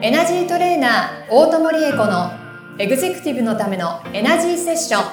エナジートレーナー大友理恵子のエグゼクティブのためのエナジーセッション。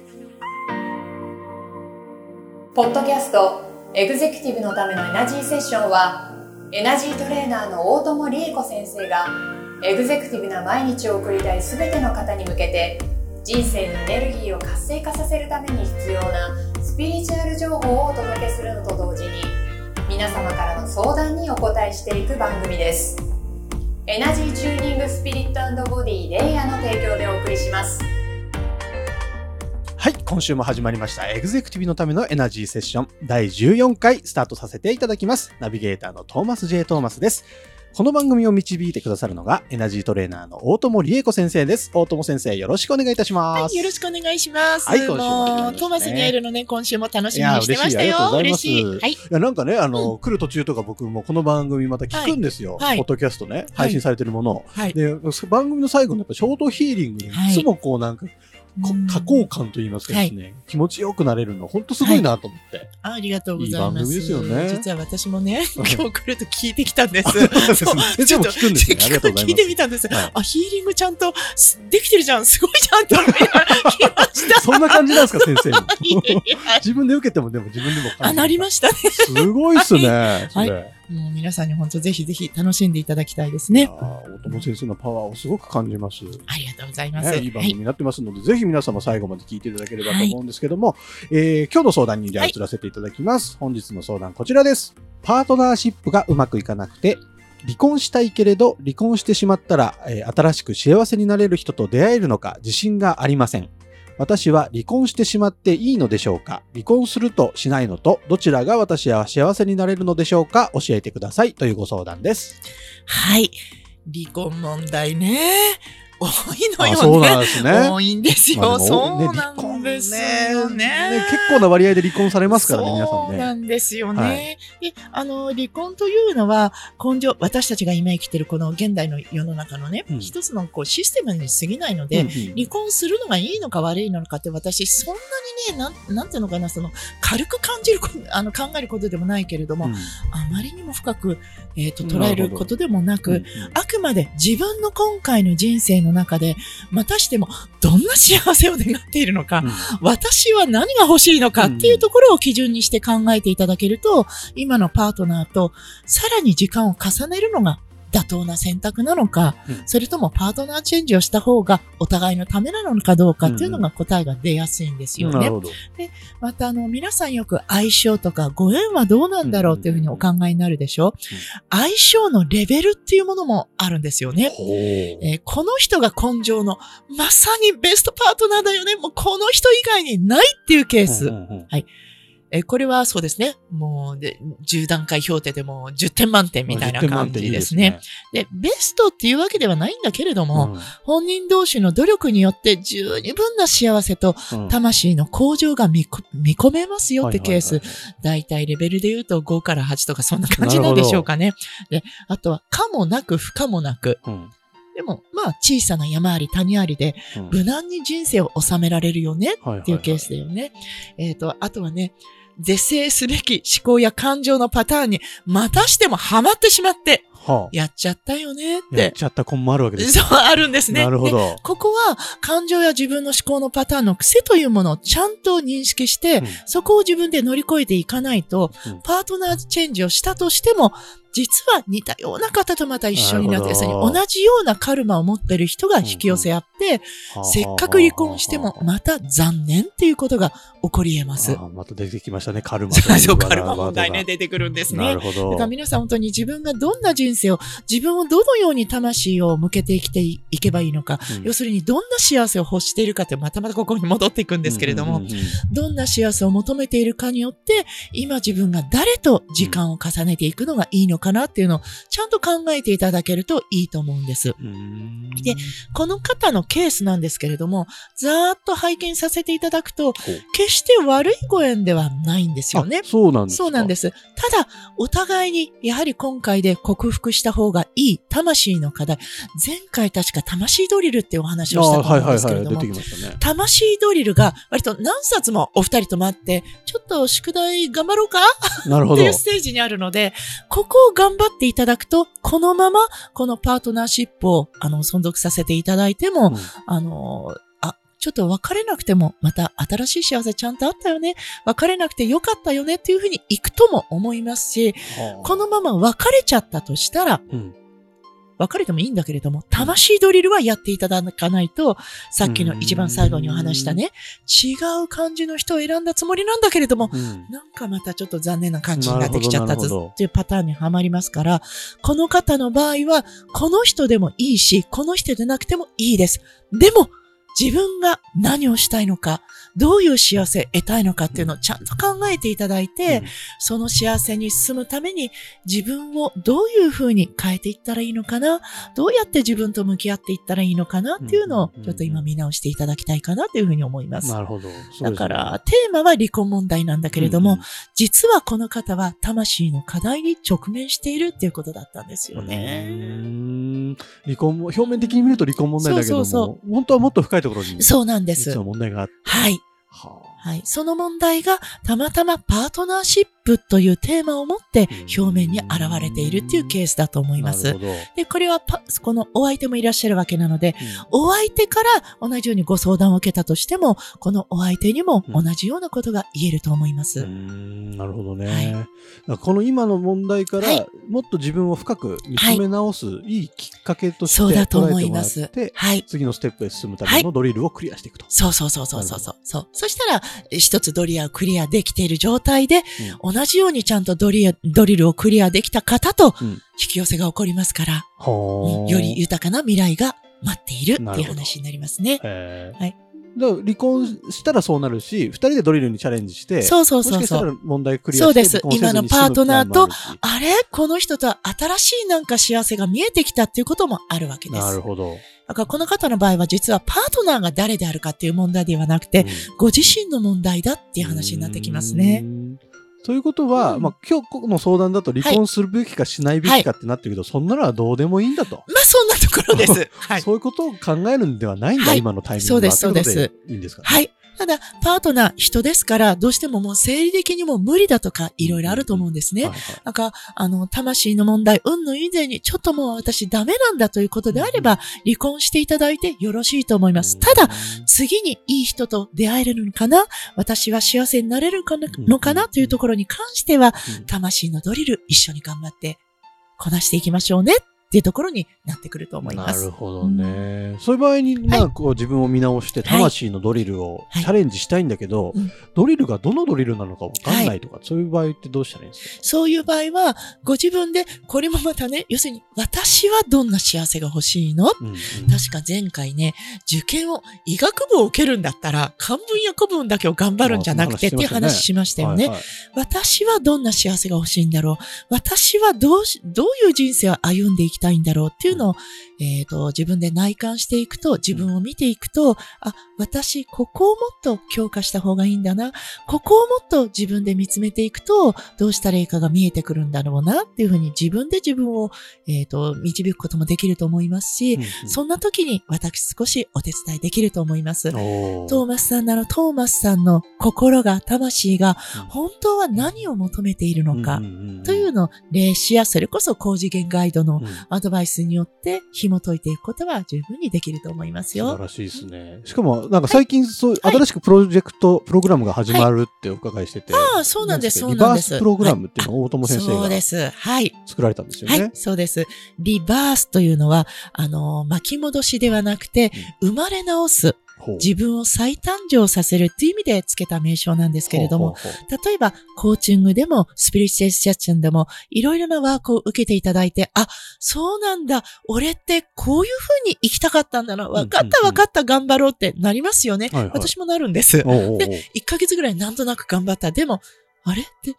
ポッドキャストエグゼクティブのためのエナジーセッションは、エナジートレーナーの大友理恵子先生がエグゼクティブな毎日を送りたいすべての方に向けて、人生のエネルギーを活性化させるために必要なスピリチュアル情報をお届けするのと同時に、皆様からの相談にお答えしていく番組です。エナジーチューニングスピリット&ボディレイヤーの提供でお送りします。 はい、今週も始まりましたエグゼクティブのためのエナジーセッション第14回スタートさせていただきます。ナビゲーターのトーマス J. トーマスです。この番組を導いてくださるのがエナジートレーナーの大友理恵子先生です。大友先生、よろしくお願いいたします。 はい、よろしくお願いします。 はい、今週ももうトーマスに会えるのね、今週も楽しみにしてましたよ。嬉しい。はい。 いや、なんかね、来る途中とか僕もこの番組また聞くんですよ。 はいポッドキャストね、配信されてるものを。 はい。 で、番組の最後のやっぱショートヒーリングにいつもこうなんか、多幸感と言いますかですね、気持ちよくなれるの、本当すごいなと思って。 ありがとうございます。 いい番組ですよね。 実は私もね、今日来ると聞いてきたんです。 そうですね。でも聞くんですね。ありがとうございます。 聞いてみたんです。 はいあ、ヒーリングちゃんとできてるじゃん、すごいじゃんと思いながら聞きました。 そんな感じなんですか、先生も。 いやいや自分で受けても、でも自分でも感じる。 あ、なりましたね。 すごいっすね。それ。 もう皆さんに本当ぜひぜひ楽しんでいただきたいですね。 大友先生のパワーをすごく感じます。 ありがとうございます。 いい番組になってますので、ぜひ皆様最後まで聞いていただければと思うんですけども、今日の相談にじゃあ移らせていただきます。本日の相談こちらです。パートナーシップがうまくいかなくて、離婚したいけれど離婚してしまったら、新しく幸せになれる人と出会えるのか自信がありません。私は離婚してしまっていいのでしょうか？離婚するとしないのとどちらが私は幸せになれるのでしょうか？教えてくださいというご相談です。 はい。離婚問題ね。多いのよね。 そうなんですね。 多いんですよ。 まあそうなんですよね。 結構な割合で離婚されますからね、皆さんね。 そうなんですよね。 はいで、離婚というのは、私たちが今生きてるこの現代の世の中のね、一つのこうシステムに過ぎないので、離婚するのがいいのか悪いのかって私、そんなにね、なんていうのかな、軽く感じる、考えることでもないけれども、あまりにも深く、捉えることでもなく、あくまで自分の今回の人生の中で、またしてもどんな幸せを願っているのか、私は何が欲しいのかっていうところを基準にして考えていただけると、今のパートナーとさらに時間を重ねるのが妥当な選択なのか、それともパートナーチェンジをした方がお互いのためなのかどうかっていうのが答えが出やすいんですよね。 なるほど。 で、また皆さんよく相性とかご縁はどうなんだろうっていうふうにお考えになるでしょ。相性のレベルっていうものもあるんですよね。この人が根性のまさにベストパートナーだよね。もうこの人以外にないっていうケース。はい。これはそうですね。もう10段階評定でも10点満点みたいな感じですね。で、ベストっていうわけではないんだけれども、本人同士の努力によって十二分な幸せと魂の向上が見込めますよってケース。だいたいレベルで言うと5から8とかそんな感じなんでしょうかね。で、あとは可もなく不可もなく。でも、まあ、小さな山あり谷ありで、無難に人生を収められるよねっていうケースだよね。あとはね、是正すべき思考や感情のパターンにまたしてもハマってしまって、やっちゃったよねって。 やっちゃった子もあるわけです。 そう、あるんですね。 なるほど。 ここは感情や自分の思考のパターンの癖というものをちゃんと認識して、そこを自分で乗り越えていかないと、パートナーチェンジをしたとしても、実は似たような方とまた一緒になってですね、同じようなカルマを持っている人が引き寄せ合って、せっかく離婚してもまた残念っていうことが起こり得ます。 また出てきましたね、カルマ。 そう、カルマ問題ね、出てくるんですね。 なるほど。 だから皆さん本当に自分がどんな人生を、自分をどのように魂を向けて生きていけばいいのか、要するにどんな幸せを欲しているかってまたここに戻っていくんですけれども、どんな幸せを求めているかによって、今自分が誰と時間を重ねていくのがいいのかなっていうのをちゃんと考えていただけるといいと思うんです。で、この方のケースなんですけれども、ざーっと拝見させていただくと、決して悪いご縁ではないんですよね。 そうなんですか。 そうなんです。ただ、お互いに、やはり今回で克服した方がいい魂の課題。前回確か魂ドリルっていうお話をしたと思うんですけれども、 出てきましたね。 魂ドリルが割と何冊もお二人ともあって、ちょっと宿題頑張ろうかなるほど。 っていうステージにあるので、ここを頑張っていただくと、このままこのパートナーシップを存続させていただいても、ちょっと別れなくても、また新しい幸せちゃんとあったよね。別れなくてよかったよねっていうふうにいくとも思いますし、このまま別れちゃったとしたら、別れてもいいんだけれども、魂ドリルはやっていただかないと、さっきの一番最後にお話したね、違う感じの人を選んだつもりなんだけれども、なんかまたちょっと残念な感じになってきちゃったっていうパターンにはまりますから、この方の場合は、この人でもいいし、この人でなくてもいいです。でも、自分が何をしたいのか、どういう幸せ得たいのかっていうのをちゃんと考えていただいて、その幸せに進むために自分をどういうふうに変えていったらいいのかな、どうやって自分と向き合っていったらいいのかなっていうのをちょっと今見直していただきたいかなというふうに思います。 なるほど。 だからテーマは離婚問題なんだけれども、実はこの方は魂の課題に直面しているっていうことだったんですよね。 離婚も、表面的に見ると離婚問題だけども、本当はもっと深いところに。 そうなんです。 実は問題があって。 はい。はい。その問題がたまたまパートナーシップというテーマを持って表面に現れているっていうケースだと思います。で、これはこのお相手もいらっしゃるわけなので、お相手から同じようにご相談を受けたとしても、このお相手にも同じようなことが言えると思います。 なるほどね。この今の問題から、もっと自分を深く見つめ直すいいきっかけとして捉えてもらって、次のステップへ進むためのドリルをクリアしていくと。 そう。そしたら、一つドリルをクリアできている状態で、同じようにちゃんとドリルをクリアできた方と引き寄せが起こりますから、より豊かな未来が待っているっていう話になりますね。はい。 だから離婚したらそうなるし、二人でドリルにチャレンジして、 そう。 もしかしたら問題クリアして、 そうです。今のパートナーと、あれこの人とは新しいなんか幸せが見えてきたっていうこともあるわけです。 なるほど。 だからこの方の場合は実はパートナーが誰であるかっていう問題ではなくて、ご自身の問題だっていう話になってきますね。 ということは、今日の相談だと離婚するべきかしないべきかってなってるけど、そんなのはどうでもいいんだと。 そんなところです。 そういうことを考えるんではないんだ、今のタイミングは。 そうです。 いいんですかね。 はい。ただ、パートナー、人ですから、どうしてももう生理的にも無理だとか、いろいろあると思うんですね。なんか、魂の問題、運の以前に、ちょっともう私ダメなんだということであれば、離婚していただいてよろしいと思います。ただ、次にいい人と出会えるのかな、私は幸せになれるのかなというところに関しては、魂のドリル、一緒に頑張ってこなしていきましょうね。っていうところになってくると思います。 なるほどね。そういう場合に、こう自分を見直して、魂のドリルをチャレンジしたいんだけど、ドリルがどのドリルなのかわかんないとか、そういう場合ってどうしたらいいんですか？ そういう場合は、ご自分で、これもまたね、要するに、私はどんな幸せが欲しいの？確か前回ね、受験を、医学部を受けるんだったら、漢文や古文だけを頑張るんじゃなくてっていう話しましたよね。私はどんな幸せが欲しいんだろう？私はどういう人生を歩んでいきたいんだろうっていうのを、自分で内観していくと、自分を見ていくと、私、ここをもっと強化した方がいいんだな。ここをもっと自分で見つめていくと、どうしたらいいかが見えてくるんだろうなっていうふうに自分で自分を、導くこともできると思いますし、そんな時に私少しお手伝いできると思います。トーマスさんならトーマスさんの心が、魂が本当は何を求めているのかというのを霊視やそれこそ高次元ガイドのアドバイスによって紐解いていくことは十分にできると思いますよ。 素晴らしいですね。しかもなんか最近そう新しくプログラムが始まるってお伺いしてて、 そうなんです。 リバースプログラムっていうのを大友先生が作られたんですよね。 はい、そうです。リバースというのは巻き戻しではなくて生まれ直す。自分を再誕生させるっていう意味でつけた名称なんですけれども、例えばコーチングでもスピリチュアルセッションでもいろいろなワークを受けていただいて、そうなんだ、俺ってこういう風に生きたかったんだな、わかった、頑張ろうってなりますよね。私もなるんです。で、1ヶ月ぐらいなんとなく頑張った。でも、あれって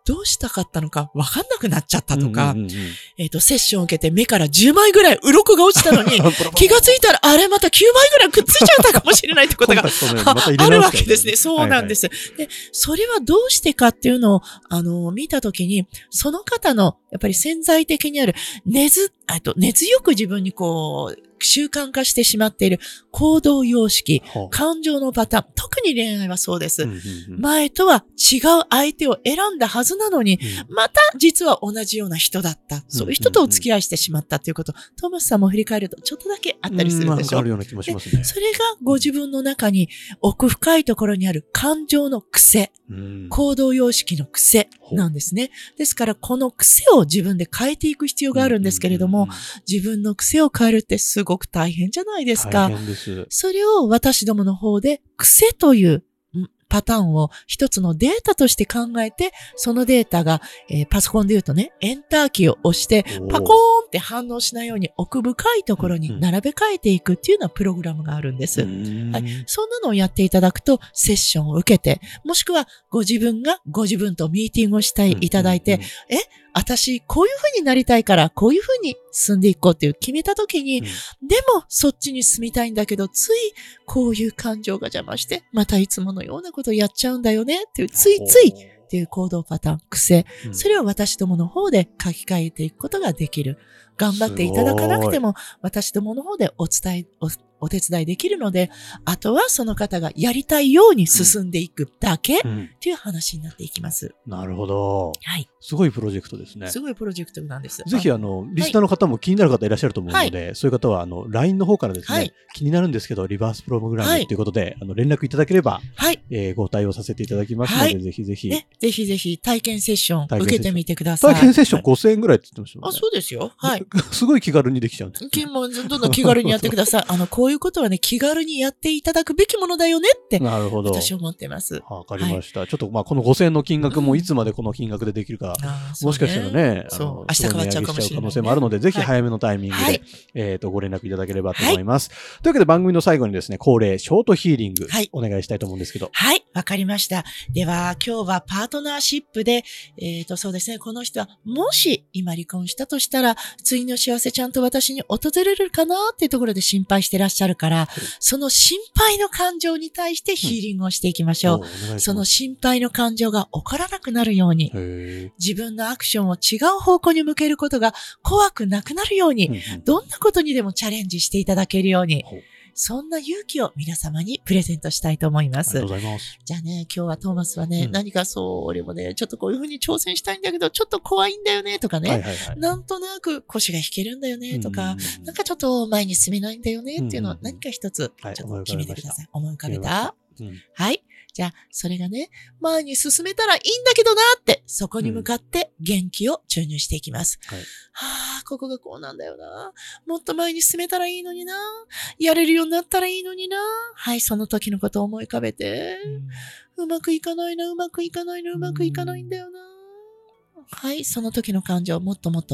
どうしたかったのか分かんなくなっちゃったとか、セッションを受けて目から10枚ぐらい鱗が落ちたのに、気がついたら、あれまた9枚ぐらいくっついちゃったかもしれないってことがあるわけですね。そうなんです。で、それはどうしてかっていうのを、見たときに、その方の、やっぱり潜在的にある根強く自分にこう、習慣化してしまっている行動様式、感情のパターン、特に恋愛はそうです。前とは違う相手を選んだはずなのに、また実は同じような人だった。そういう人とお付き合いしてしまったということ、トーマスさんも振り返るとちょっとだけあったりするでしょ。 あるような気もしますね。 それがご自分の中に奥深いところにある感情の癖、行動様式の癖なんですね。ですからこの癖を自分で変えていく必要があるんですけれども、自分の癖を変えるってすごく大変じゃないですか。 大変です。 それを私どもの方で癖というパターンを一つのデータとして考えて、そのデータが、パソコンで言うとね、エンターキーを押して、パコーンって反応しないように奥深いところに並べ替えていくっていうようなプログラムがあるんです。はい、そんなのをやっていただくと、セッションを受けて、もしくはご自分がご自分とミーティングをしていただいて、私、こういう風になりたいから、こういう風に進んでいこうっていう決めたときに、でもそっちに進みたいんだけど、ついこういう感情が邪魔して、またいつものようなことをやっちゃうんだよねっていう、ついついっていう行動パターン、癖、それを私どもの方で書き換えていくことができる。頑張っていただかなくても、私どもの方でお手伝いできるので、あとはその方がやりたいように進んでいくだけっていう話になっていきます。 なるほど。 はい。 すごいプロジェクトですね。 すごいプロジェクトなんです。 ぜひリスナーの方も気になる方いらっしゃると思うので、そういう方はLINE の方からですね、気になるんですけど、リバースプログラムということで、連絡いただければ、ご対応させていただきますので、ぜひぜひ。 ぜひぜひ体験セッション受けてみてください。 体験セッション5000円ぐらいって言ってましたもんね。 そうですよ。はい。 すごい気軽にできちゃうんです。 どんどん気軽にやってください。こういうことはね、気軽にやっていただくべきものだよねって、なるほど。私は思ってます。 わかりました。ちょっとこの5000円の金額もいつまでこの金額でできるか、もしかしたらね、 明日変わっちゃうかもしれない。 可能性もあるので、ぜひ早めのタイミングで、ご連絡いただければと思います。というわけで番組の最後にですね、恒例ショートヒーリング、お願いしたいと思うんですけど。 はい、わかりました。では、今日はパートナーシップで、そうですね、この人は、もし今離婚したとしたら、次の幸せちゃんと私に訪れるかなっていうところで心配してらっしゃるから、その心配の感情に対してヒーリングをしていきましょう。その心配の感情が起こらなくなるように、自分のアクションを違う方向に向けることが怖くなくなるように、どんなことにでもチャレンジしていただけるように、そんな勇気を皆様にプレゼントしたいと思います。 ありがとうございます。 じゃあね、今日はトーマスはね、何か俺もね、ちょっとこういう風に挑戦したいんだけど、ちょっと怖いんだよね、とかね、なんとなく腰が引けるんだよね、とか、なんかちょっと前に進めないんだよね、っていうのを何か一つ、ちょっと決めてください。思い浮かべた？はい。じゃあ、それがね、前に進めたらいいんだけどなって、そこに向かって元気を注入していきます。ここがこうなんだよな。もっと前に進めたらいいのにな。やれるようになったらいいのにな。はい、その時のことを思い浮かべて。うまくいかないな、うまくいかないな、うまくいかないんだよな。はい、その時の感情をもっと、残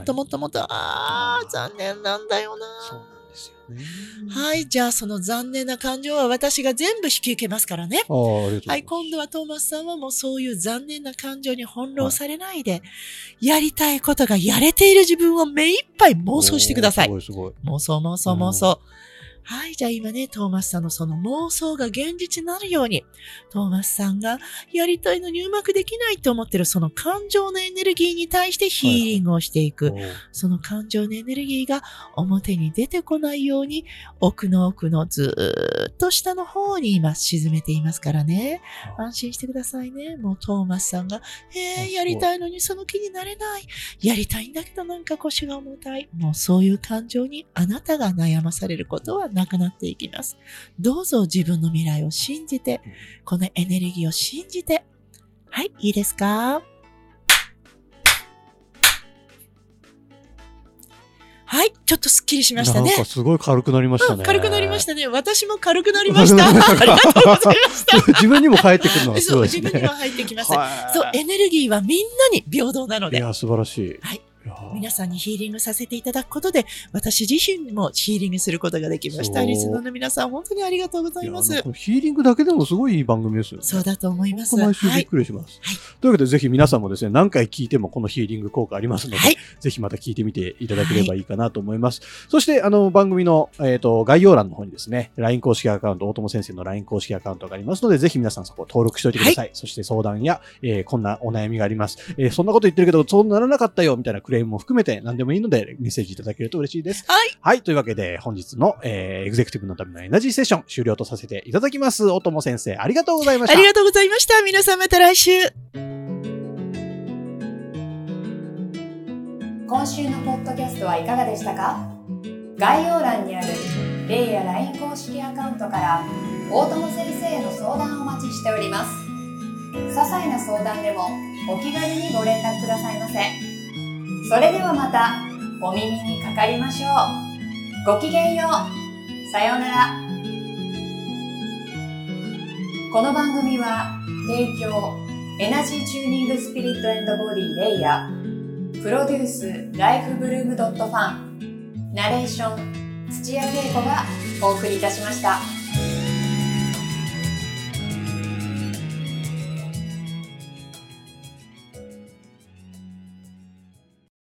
念なんだよな。はい。じゃあ、その残念な感情は私が全部引き受けますからね。はい。今度はトーマスさんはもうそういう残念な感情に翻弄されないで、やりたいことがやれている自分を目いっぱい妄想してください。 すごい。 妄想。はい。じゃあ今ね、トーマスさんのその妄想が現実になるように、トーマスさんがやりたいのにうまくできないと思ってるその感情のエネルギーに対してヒーリングをしていく。その感情のエネルギーが表に出てこないように、奥のずーっと下の方に今沈めていますからね。安心してくださいね。もうトーマスさんが、やりたいのにその気になれない。やりたいんだけどなんか腰が重たい。もうそういう感情にあなたが悩まされることはなくなっていきます。どうぞ自分の未来を信じて、このエネルギーを信じて、はい、いいですか？はい、ちょっとスッキリしましたね。 なんかすごい軽くなりましたね。 軽くなりましたね。私も軽くなりました。ありがとうございました。 自分にも入ってくるのはすごいですね。 そう、自分にも入ってきます。そう、エネルギーはみんなに平等なので。 いや、素晴らしい。 はい。 皆さんにヒーリングさせていただくことで、私自身もヒーリングすることができました。リスナーの皆さん、本当にありがとうございます。 ヒーリングだけでもすごいいい番組ですよね。 そうだと思います。 毎週びっくりします。というわけで、ぜひ皆さんもですね、何回聞いてもこのヒーリング効果ありますので、ぜひまた聞いてみていただければいいかなと思います。そして、番組の、概要欄の方にですね、LINE 公式アカウント、大友先生の LINE 公式アカウントがありますので、ぜひ皆さんそこを登録しておいてください。そして相談や、こんなお悩みがあります。そんなこと言ってるけど、そうならなかったよ、みたいなクレームも含めて何でもいいので、メッセージいただけると嬉しいです。はい。というわけで、本日の、エグゼクティブのためのエナジーセッション終了とさせていただきます。大友先生、ありがとうございました。 ありがとうございました。皆さんまた来週。 今週のポッドキャストはいかがでしたか？概要欄にあるレイや LINE 公式アカウントから大友先生への相談をお待ちしております。些細な相談でもお気軽にご連絡くださいませ。それではまたお耳にかかりましょう。ごきげんよう。さようなら。この番組は提供エナジーチューニングスピリット&ボディレイヤー、プロデュースライフブルームドットファン、ナレーション土屋恵子がお送りいたしました。